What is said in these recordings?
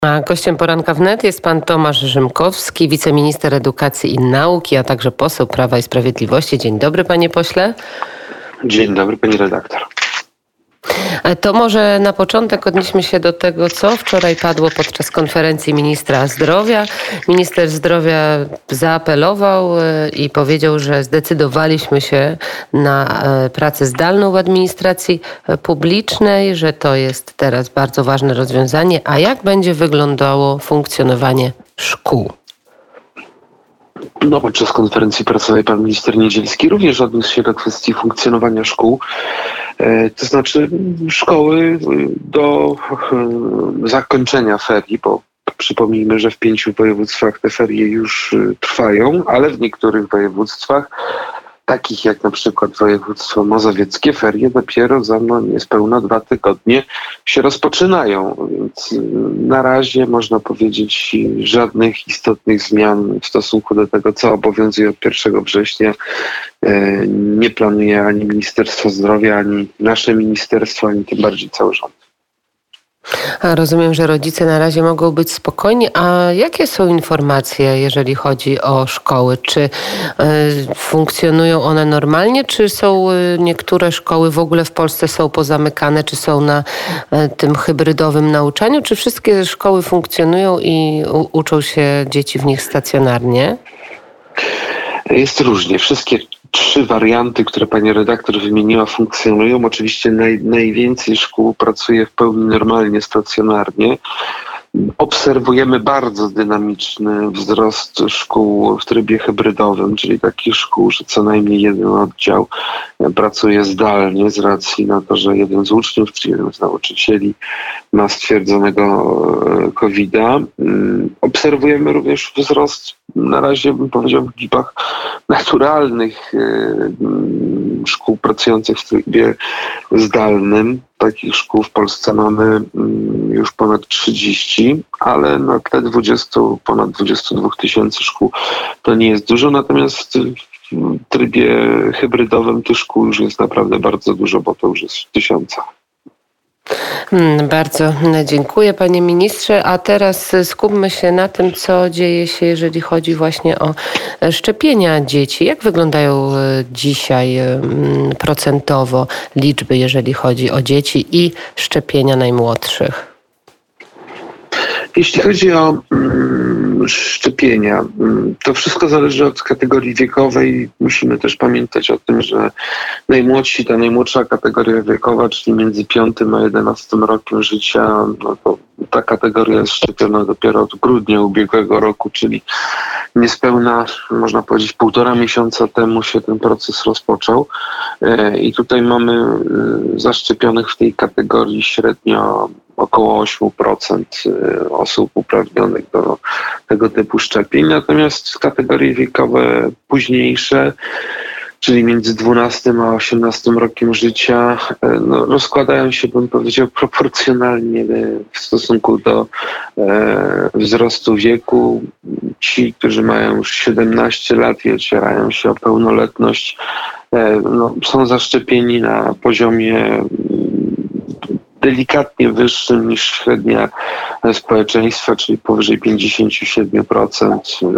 A gościem poranka wnet jest pan Tomasz Rzymkowski, wiceminister edukacji i nauki, a także poseł Prawa i Sprawiedliwości. Dzień dobry, panie pośle. Dzień dobry, pani redaktor. To może na początek odnieśmy się do tego, co wczoraj padło podczas konferencji ministra zdrowia. Minister zdrowia zaapelował i powiedział, że zdecydowaliśmy się na pracę zdalną w administracji publicznej, że to jest teraz bardzo ważne rozwiązanie. A jak będzie wyglądało funkcjonowanie szkół? Podczas konferencji prasowej pan minister Niedzielski również odniósł się do kwestii funkcjonowania szkół. To znaczy szkoły do zakończenia ferii, bo przypomnijmy, że w 5 województwach te ferie już trwają, ale w niektórych województwach, takich jak na przykład województwo mazowieckie, ferie dopiero za niespełna 2 tygodnie się rozpoczynają. Więc na razie można powiedzieć żadnych istotnych zmian w stosunku do tego, co obowiązuje od 1 września. Nie planuje ani Ministerstwo Zdrowia, ani nasze ministerstwo, ani tym bardziej cały rząd. Rozumiem, że rodzice na razie mogą być spokojni. A jakie są informacje, jeżeli chodzi o szkoły? Czy funkcjonują one normalnie, czy są niektóre szkoły w ogóle w Polsce są pozamykane, czy są na tym hybrydowym nauczaniu? Czy wszystkie szkoły funkcjonują i uczą się dzieci w nich stacjonarnie? Jest różnie. Wszystkie 3 warianty, które pani redaktor wymieniła, funkcjonują. Oczywiście najwięcej szkół pracuje w pełni normalnie, stacjonarnie. Obserwujemy bardzo dynamiczny wzrost szkół w trybie hybrydowym, czyli takich szkół, że co najmniej jeden oddział pracuje zdalnie z racji na to, że jeden z uczniów czy jeden z nauczycieli ma stwierdzonego COVID-a. Obserwujemy również wzrost, na razie bym powiedział, w liczbach naturalnych szkół pracujących w trybie zdalnym. Takich szkół w Polsce mamy już ponad 30, ale na tle ponad 22 tysięcy szkół to nie jest dużo. Natomiast w trybie hybrydowym tych szkół już jest naprawdę bardzo dużo, bo to już jest w tysiącach. Bardzo dziękuję, panie ministrze. A teraz skupmy się na tym, co dzieje się, jeżeli chodzi właśnie o szczepienia dzieci. Jak wyglądają dzisiaj procentowo liczby, jeżeli chodzi o dzieci i szczepienia najmłodszych? Jeśli chodzi o szczepienia, to wszystko zależy od kategorii wiekowej. Musimy też pamiętać o tym, że ta najmłodsza kategoria wiekowa, czyli między 5 a 11 rokiem życia, to ta kategoria jest szczepiona dopiero od grudnia ubiegłego roku, czyli niespełna, można powiedzieć, 1,5 miesiąca temu się ten proces rozpoczął. I tutaj mamy zaszczepionych w tej kategorii średnio około 8% osób uprawnionych do tego typu szczepień. Natomiast kategorie wiekowe późniejsze, czyli między 12 a 18 rokiem życia, rozkładają się, bym powiedział, proporcjonalnie w stosunku do wzrostu wieku. Ci, którzy mają już 17 lat i ocierają się o pełnoletność, są zaszczepieni na poziomie delikatnie wyższym niż średnia społeczeństwa, czyli powyżej 57%.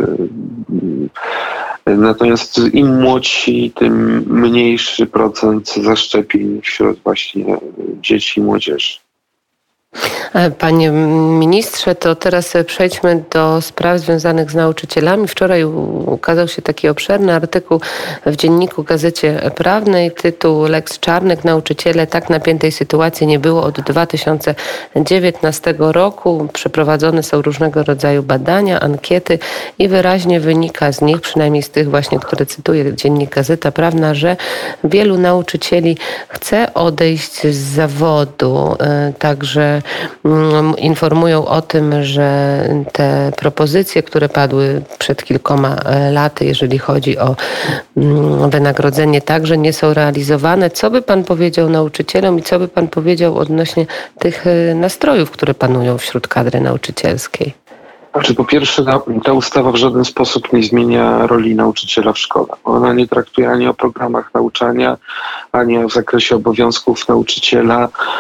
Natomiast im młodsi, tym mniejszy procent zaszczepień wśród właśnie dzieci i młodzieży. Panie ministrze, to teraz przejdźmy do spraw związanych z nauczycielami. Wczoraj ukazał się taki obszerny artykuł w dzienniku Gazecie Prawnej, tytuł Lex Czarnek. Nauczyciele, tak napiętej sytuacji nie było od 2019 roku. Przeprowadzone są różnego rodzaju badania, ankiety i wyraźnie wynika z nich, przynajmniej z tych właśnie, które cytuje dziennik Gazeta Prawna, że wielu nauczycieli chce odejść z zawodu. Także informują o tym, że te propozycje, które padły przed kilkoma laty, jeżeli chodzi o wynagrodzenie, także nie są realizowane. Co by pan powiedział nauczycielom i co by pan powiedział odnośnie tych nastrojów, które panują wśród kadry nauczycielskiej? Znaczy, po pierwsze, ta ustawa w żaden sposób nie zmienia roli nauczyciela w szkole. Ona nie traktuje ani o programach nauczania, ani o zakresie obowiązków nauczyciela.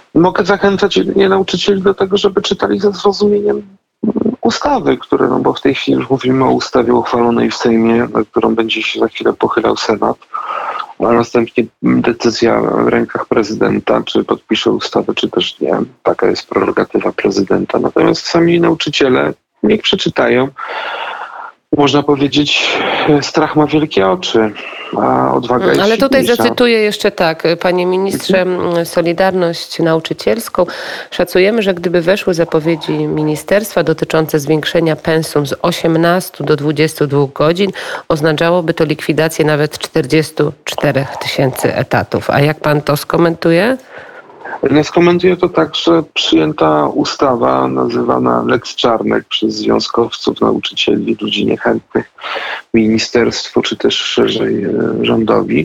Mogę zachęcać jedynie nauczycieli do tego, żeby czytali ze zrozumieniem ustawy, które, no bo w tej chwili już mówimy o ustawie uchwalonej w Sejmie, na którą będzie się za chwilę pochylał Senat, a następnie decyzja w rękach prezydenta, czy podpisze ustawę, czy też nie. Taka jest prerogatywa prezydenta. Natomiast sami nauczyciele niech przeczytają. Można powiedzieć, strach ma wielkie oczy, a odwaga jest Ale tutaj silniejsza. zacytuję jeszcze tak, panie ministrze, Solidarność Nauczycielską. Szacujemy, że gdyby weszły zapowiedzi ministerstwa dotyczące zwiększenia pensum z 18 do 22 godzin, oznaczałoby to likwidację nawet 44 000 etatów. A jak pan to skomentuje? No, skomentuję to tak, że przyjęta ustawa nazywana Lex Czarnek przez związkowców, nauczycieli, ludzi niechętnych ministerstwu, czy też szerzej rządowi,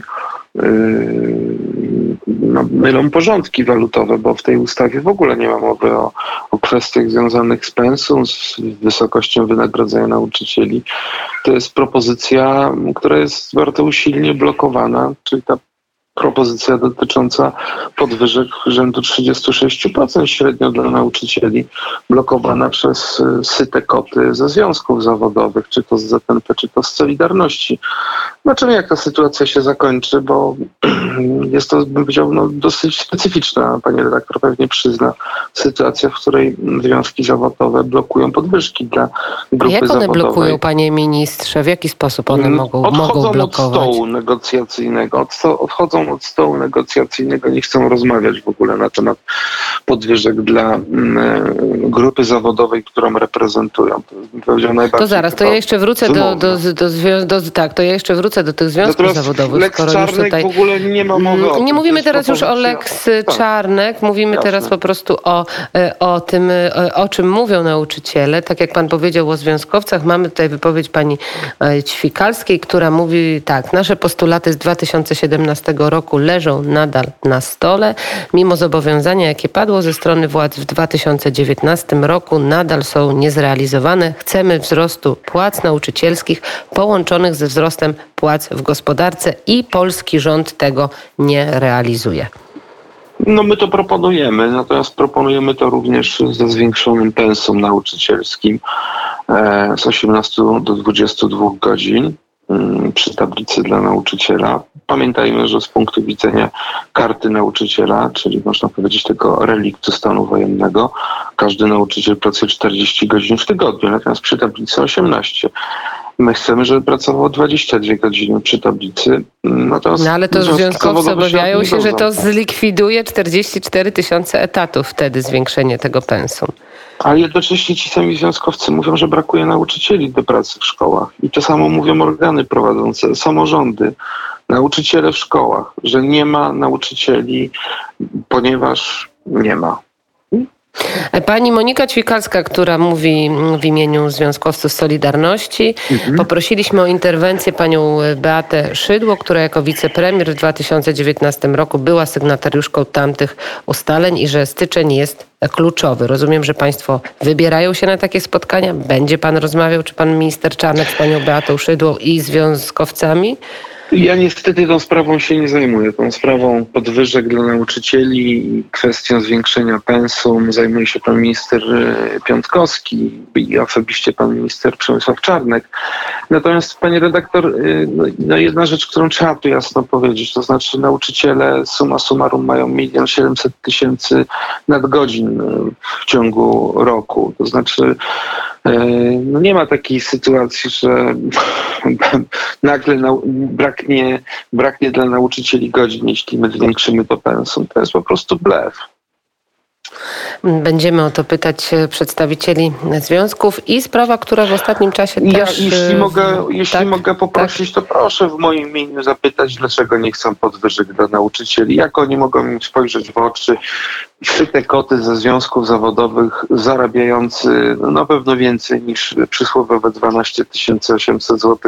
mylą porządki walutowe, bo w tej ustawie w ogóle nie ma mowy o kwestiach związanych z pensum, z wysokością wynagrodzenia nauczycieli. To jest propozycja, która jest bardzo usilnie blokowana, czyli ta propozycja dotycząca podwyżek rzędu 36% średnio dla nauczycieli, blokowana przez syte koty ze związków zawodowych, czy to z ZNP, czy to z Solidarności. Zobaczymy, jak ta sytuacja się zakończy, bo jest to, bym powiedział, dosyć specyficzna, pani redaktor pewnie przyzna, sytuacja, w której związki zawodowe blokują podwyżki dla grupy zawodowej. Jak one blokują, panie ministrze? W jaki sposób one mogą blokować? Od stołu negocjacyjnego. Odchodzą od stołu negocjacyjnego, nie chcą rozmawiać w ogóle na temat podwyżek dla grupy zawodowej, którą reprezentują. To jest, bym powiedział, najbardziej. To zaraz, to ja jeszcze wrócę to ja jeszcze wrócę do tych związków zawodowych. Lex Czarnek tutaj w ogóle nie ma mowy o tym. Nie mówimy teraz już o Lex Czarnek, mówimy teraz po prostu o tym, o czym mówią nauczyciele. Tak jak pan powiedział o związkowcach, mamy tutaj wypowiedź pani Ćwikalskiej, która mówi tak: nasze postulaty z 2017 roku leżą nadal na stole, mimo zobowiązania, jakie padło ze strony władz w 2019 roku, nadal są niezrealizowane. Chcemy wzrostu płac nauczycielskich połączonych ze wzrostem płac w gospodarce i polski rząd tego nie realizuje. No my to proponujemy, natomiast proponujemy to również ze zwiększonym pensum nauczycielskim z 18 do 22 godzin przy tablicy dla nauczyciela. Pamiętajmy, że z punktu widzenia karty nauczyciela, czyli można powiedzieć tego reliktu stanu wojennego, każdy nauczyciel pracuje 40 godzin w tygodniu, natomiast przy tablicy 18. My chcemy, żeby pracował 22 godziny przy tablicy. No ale to związkowcy obawiają się, że to zlikwiduje 44 000 etatów wtedy, zwiększenie tego pensum. Ale jednocześnie ci sami związkowcy mówią, że brakuje nauczycieli do pracy w szkołach. I to samo mówią organy prowadzące, samorządy, nauczyciele w szkołach, że nie ma nauczycieli, ponieważ nie ma. Pani Monika Ćwikalska, która mówi w imieniu związkowców Solidarności. Poprosiliśmy o interwencję panią Beatę Szydło, która jako wicepremier w 2019 roku była sygnatariuszką tamtych ustaleń i że styczeń jest kluczowy. Rozumiem, że państwo wybierają się na takie spotkania. Będzie pan rozmawiał, czy pan minister Czarnek z panią Beatą Szydło i związkowcami? Ja niestety tą sprawą się nie zajmuję. Tą sprawą podwyżek dla nauczycieli i kwestią zwiększenia pensum zajmuje się pan minister Piontkowski i osobiście pan minister Przemysław Czarnek. Natomiast, pani redaktor, jedna rzecz, którą trzeba tu jasno powiedzieć, to znaczy nauczyciele summa summarum mają 1 700 000 nadgodzin w ciągu roku. To znaczy nie ma takiej sytuacji, że nagle braknie dla nauczycieli godzin, jeśli my zwiększymy to pensum. To jest po prostu blef. Będziemy o to pytać przedstawicieli związków i sprawa, która w ostatnim czasie też... Jeśli mogę poprosić, to proszę w moim imieniu zapytać, dlaczego nie chcą podwyżek dla nauczycieli. Jak oni mogą mi spojrzeć w oczy, te koty ze związków zawodowych zarabiający na pewno więcej niż przysłowiowe 12 800 zł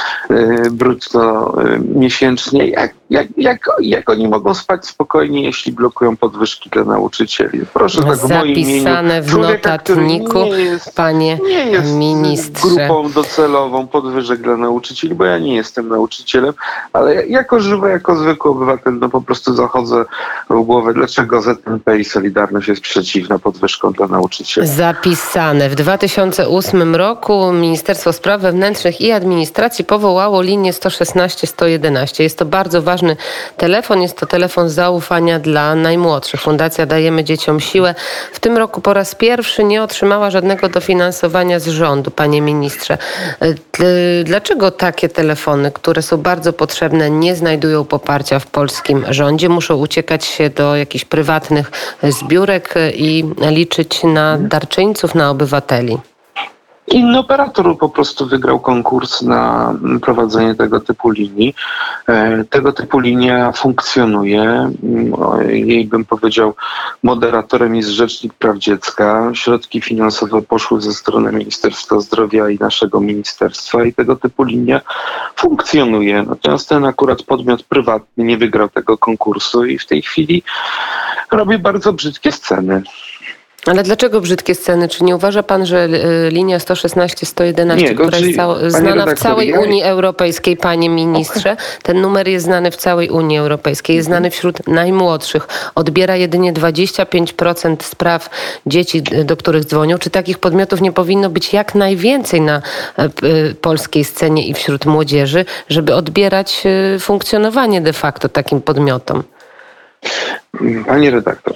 brutto miesięcznie. Jak oni mogą spać spokojnie, jeśli blokują podwyżki dla nauczycieli? Proszę tak w moim imieniu. Zapisane w notatniku, panie ministrze. Grupą docelową podwyżek dla nauczycieli, bo ja nie jestem nauczycielem, ale jako zwykły obywatel po prostu zachodzę w głowę, dlaczego ZNP NBP i Solidarność jest przeciwna podwyżkom dla nauczycieli. Zapisane. W 2008 roku Ministerstwo Spraw Wewnętrznych i Administracji powołało linię 116-111. Jest to bardzo ważny telefon. Jest to telefon zaufania dla najmłodszych. Fundacja Dajemy Dzieciom Siłę w tym roku po raz pierwszy nie otrzymała żadnego dofinansowania z rządu, panie ministrze. Dlaczego takie telefony, które są bardzo potrzebne, nie znajdują poparcia w polskim rządzie? Muszą uciekać się do jakichś prywatnych zbiórek i liczyć na darczyńców, na obywateli. Inny operator po prostu wygrał konkurs na prowadzenie tego typu linii. Tego typu linia funkcjonuje. Jej, bym powiedział, moderatorem jest Rzecznik Praw Dziecka. Środki finansowe poszły ze strony Ministerstwa Zdrowia i naszego ministerstwa i tego typu linia funkcjonuje. Natomiast ten akurat podmiot prywatny nie wygrał tego konkursu i w tej chwili robi bardzo brzydkie sceny. Ale dlaczego brzydkie sceny? Czy nie uważa pan, że linia 116-111, która jest znana w całej Unii Europejskiej, panie ministrze, ten numer jest znany w całej Unii Europejskiej, jest znany wśród najmłodszych, odbiera jedynie 25% spraw dzieci, do których dzwonią. Czy takich podmiotów nie powinno być jak najwięcej na polskiej scenie i wśród młodzieży, żeby odbierać funkcjonowanie de facto takim podmiotom? Pani redaktor,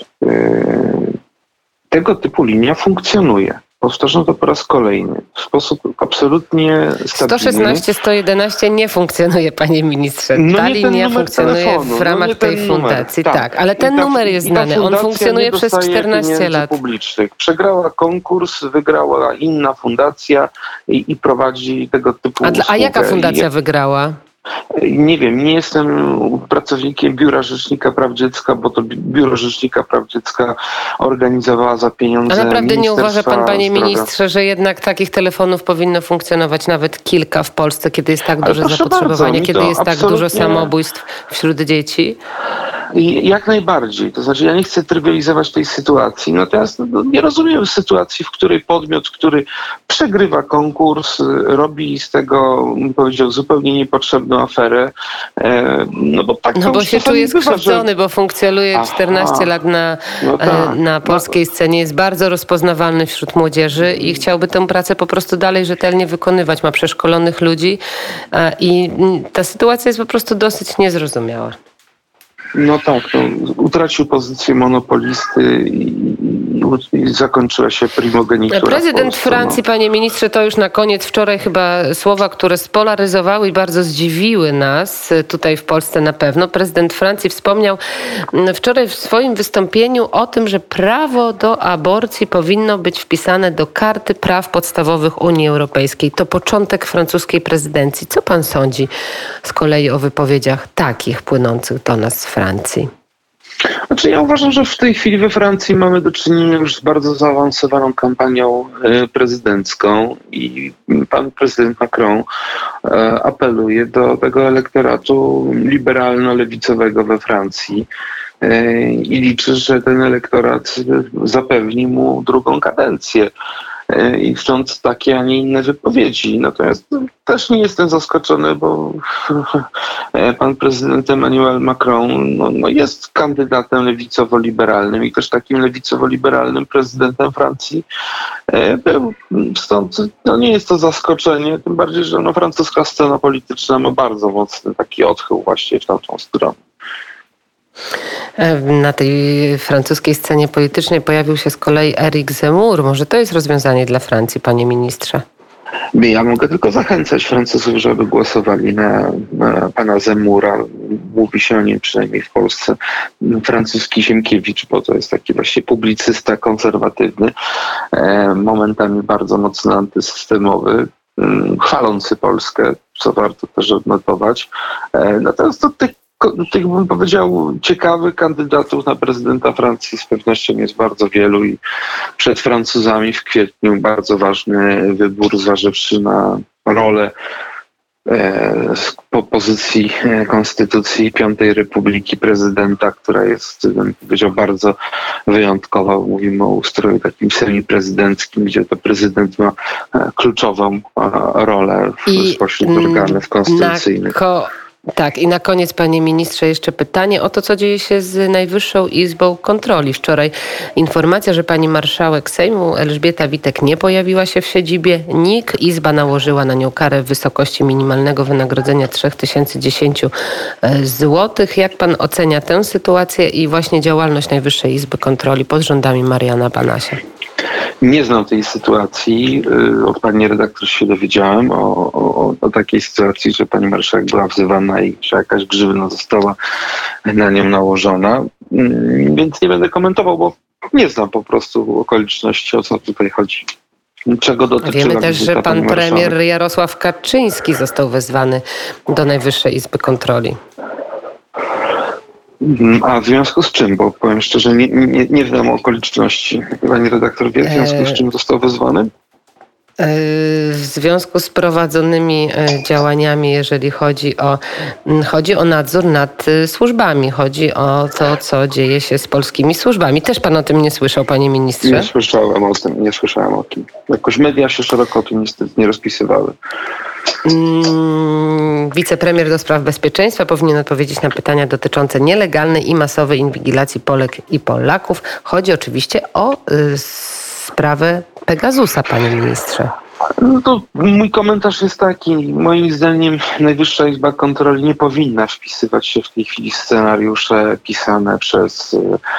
tego typu linia funkcjonuje. Powtarzam to po raz kolejny. W sposób absolutnie stabilny. 116-111 nie funkcjonuje, panie ministrze. Ta linia funkcjonuje w ramach tej fundacji. Tak, ale ten numer jest znany. On funkcjonuje przez 14 lat. Publicznych. Przegrała konkurs, wygrała inna fundacja i prowadzi tego typu usługę. A jaka fundacja wygrała? Nie wiem, nie jestem pracownikiem Biura Rzecznika Praw Dziecka, bo to Biuro Rzecznika Praw Dziecka organizowała za pieniądze. A naprawdę nie uważa pan, panie ministrze, że jednak takich telefonów powinno funkcjonować nawet kilka w Polsce, kiedy jest tak duże zapotrzebowanie, kiedy jest tak dużo samobójstw wśród dzieci? Jak najbardziej. To znaczy, ja nie chcę trywializować tej sytuacji. Natomiast nie rozumiem sytuacji, w której podmiot, który przegrywa konkurs, robi z tego, bym powiedział, zupełnie niepotrzebną aferę. Bo się czuje skrzywdzony, bo funkcjonuje 14 lat na polskiej scenie. Jest bardzo rozpoznawalny wśród młodzieży i chciałby tę pracę po prostu dalej rzetelnie wykonywać. Ma przeszkolonych ludzi i ta sytuacja jest po prostu dosyć niezrozumiała. No tak, utracił pozycję monopolisty i zakończyła się primogenitura. Prezydent Francji, panie ministrze, to już na koniec wczoraj chyba słowa, które spolaryzowały i bardzo zdziwiły nas, tutaj w Polsce na pewno. Prezydent Francji wspomniał wczoraj w swoim wystąpieniu o tym, że prawo do aborcji powinno być wpisane do Karty Praw Podstawowych Unii Europejskiej. To początek francuskiej prezydencji. Co pan sądzi z kolei o wypowiedziach takich płynących do nas z Francji? Znaczy ja uważam, że w tej chwili we Francji mamy do czynienia już z bardzo zaawansowaną kampanią prezydencką i pan prezydent Macron apeluje do tego elektoratu liberalno-lewicowego we Francji i liczy, że ten elektorat zapewni mu drugą kadencję. I stąd takie, a nie inne wypowiedzi. Natomiast też nie jestem zaskoczony, bo pan prezydent Emmanuel Macron jest kandydatem lewicowo-liberalnym i też takim lewicowo-liberalnym prezydentem Francji był. Stąd nie jest to zaskoczenie, tym bardziej, że francuska scena polityczna ma bardzo mocny taki odchył właśnie w tamtą stronę. Na tej francuskiej scenie politycznej pojawił się z kolei Éric Zemmour. Może to jest rozwiązanie dla Francji, panie ministrze? Ja mogę tylko zachęcać Francuzów, żeby głosowali na pana Zemmoura. Mówi się o nim przynajmniej w Polsce. Francuski Sienkiewicz, bo to jest taki właśnie publicysta konserwatywny, momentami bardzo mocno antysystemowy, chwalący Polskę, co warto też odnotować. Natomiast to tych, bym powiedział, ciekawych kandydatów na prezydenta Francji z pewnością jest bardzo wielu i przed Francuzami w kwietniu bardzo ważny wybór, zważywszy na rolę po pozycji Konstytucji Piątej Republiki prezydenta, która jest, bym powiedział, bardzo wyjątkowa. Mówimy o ustroju takim semiprezydenckim, gdzie to prezydent ma kluczową rolę spośród organów konstytucyjnych. Tak, i na koniec, panie ministrze, jeszcze pytanie o to, co dzieje się z Najwyższą Izbą Kontroli. Wczoraj informacja, że pani marszałek Sejmu Elżbieta Witek nie pojawiła się w siedzibie NIK. Izba nałożyła na nią karę w wysokości minimalnego wynagrodzenia 3010 zł. Jak pan ocenia tę sytuację i właśnie działalność Najwyższej Izby Kontroli pod rządami Mariana Banasia? Nie znam tej sytuacji. Od pani redaktor się dowiedziałem o takiej sytuacji, że pani marszałek była wzywana i że jakaś grzywna została na nią nałożona. Więc nie będę komentował, bo nie znam po prostu okoliczności, o co tutaj chodzi. Czego dotyczyła Wiemy też, że pan premier Jarosław Kaczyński został wezwany do Najwyższej Izby Kontroli. A w związku z czym? Bo powiem szczerze, nie znam okoliczności. Pani redaktor wie, w związku z czym został wezwany? W związku z prowadzonymi działaniami, jeżeli chodzi o nadzór nad służbami, chodzi o to, co dzieje się z polskimi służbami. Też pan o tym nie słyszał, panie ministrze? Nie słyszałem o tym. Jakoś media się szeroko o tym niestety nie rozpisywały. Wicepremier do spraw bezpieczeństwa powinien odpowiedzieć na pytania dotyczące nielegalnej i masowej inwigilacji Polek i Polaków. Chodzi oczywiście o sprawę Pegasusa, panie ministrze. No to mój komentarz jest taki. Moim zdaniem Najwyższa Izba Kontroli nie powinna wpisywać się w tej chwili w scenariusze pisane przez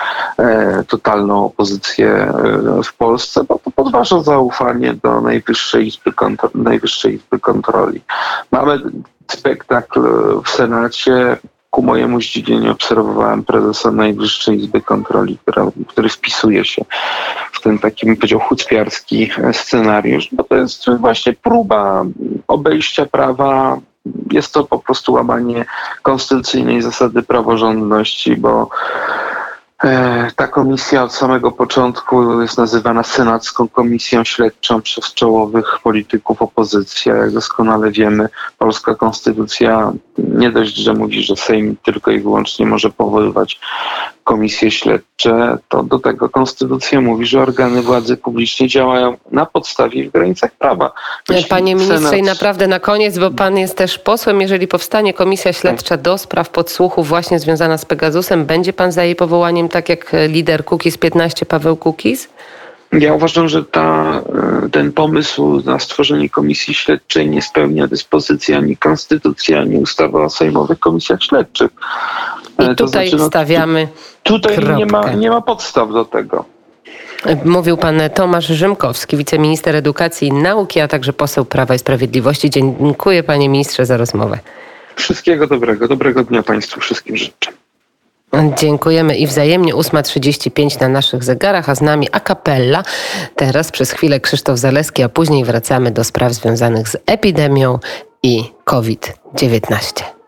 totalną opozycję w Polsce, bo to podważa zaufanie do Najwyższej Izby Kontroli. Mamy spektakl w Senacie. Ku mojemu zdziwieniu obserwowałem prezesa Najwyższej Izby Kontroli, który wpisuje się w ten taki, bym powiedział, chucpiarski scenariusz, bo to jest właśnie próba obejścia prawa. Jest to po prostu łamanie konstytucyjnej zasady praworządności, bo ta komisja od samego początku jest nazywana Senacką Komisją Śledczą przez czołowych polityków opozycji. A jak doskonale wiemy, polska konstytucja nie dość, że mówi, że Sejm tylko i wyłącznie może powoływać komisje śledcze, to do tego konstytucja mówi, że organy władzy publicznej działają na podstawie i w granicach prawa. Panie ministrze, i naprawdę na koniec, bo pan jest też posłem, jeżeli powstanie komisja śledcza do spraw podsłuchów właśnie związana z Pegasusem, będzie pan za jej powołaniem, tak jak lider Kukiz15 Paweł Kukiz? Ja uważam, że ten pomysł na stworzenie komisji śledczej nie spełnia dyspozycji ani konstytucji, ani ustawy o sejmowych komisjach śledczych. I tutaj stawiamy Tutaj kropkę. nie ma podstaw do tego. Mówił pan Tomasz Rzymkowski, wiceminister edukacji i nauki, a także poseł Prawa i Sprawiedliwości. Dziękuję, panie ministrze, za rozmowę. Wszystkiego dobrego. Dobrego dnia państwu wszystkim życzę. Dziękujemy i wzajemnie. 8:35 na naszych zegarach, a z nami a cappella. Teraz przez chwilę Krzysztof Zaleski, a później wracamy do spraw związanych z epidemią i COVID-19.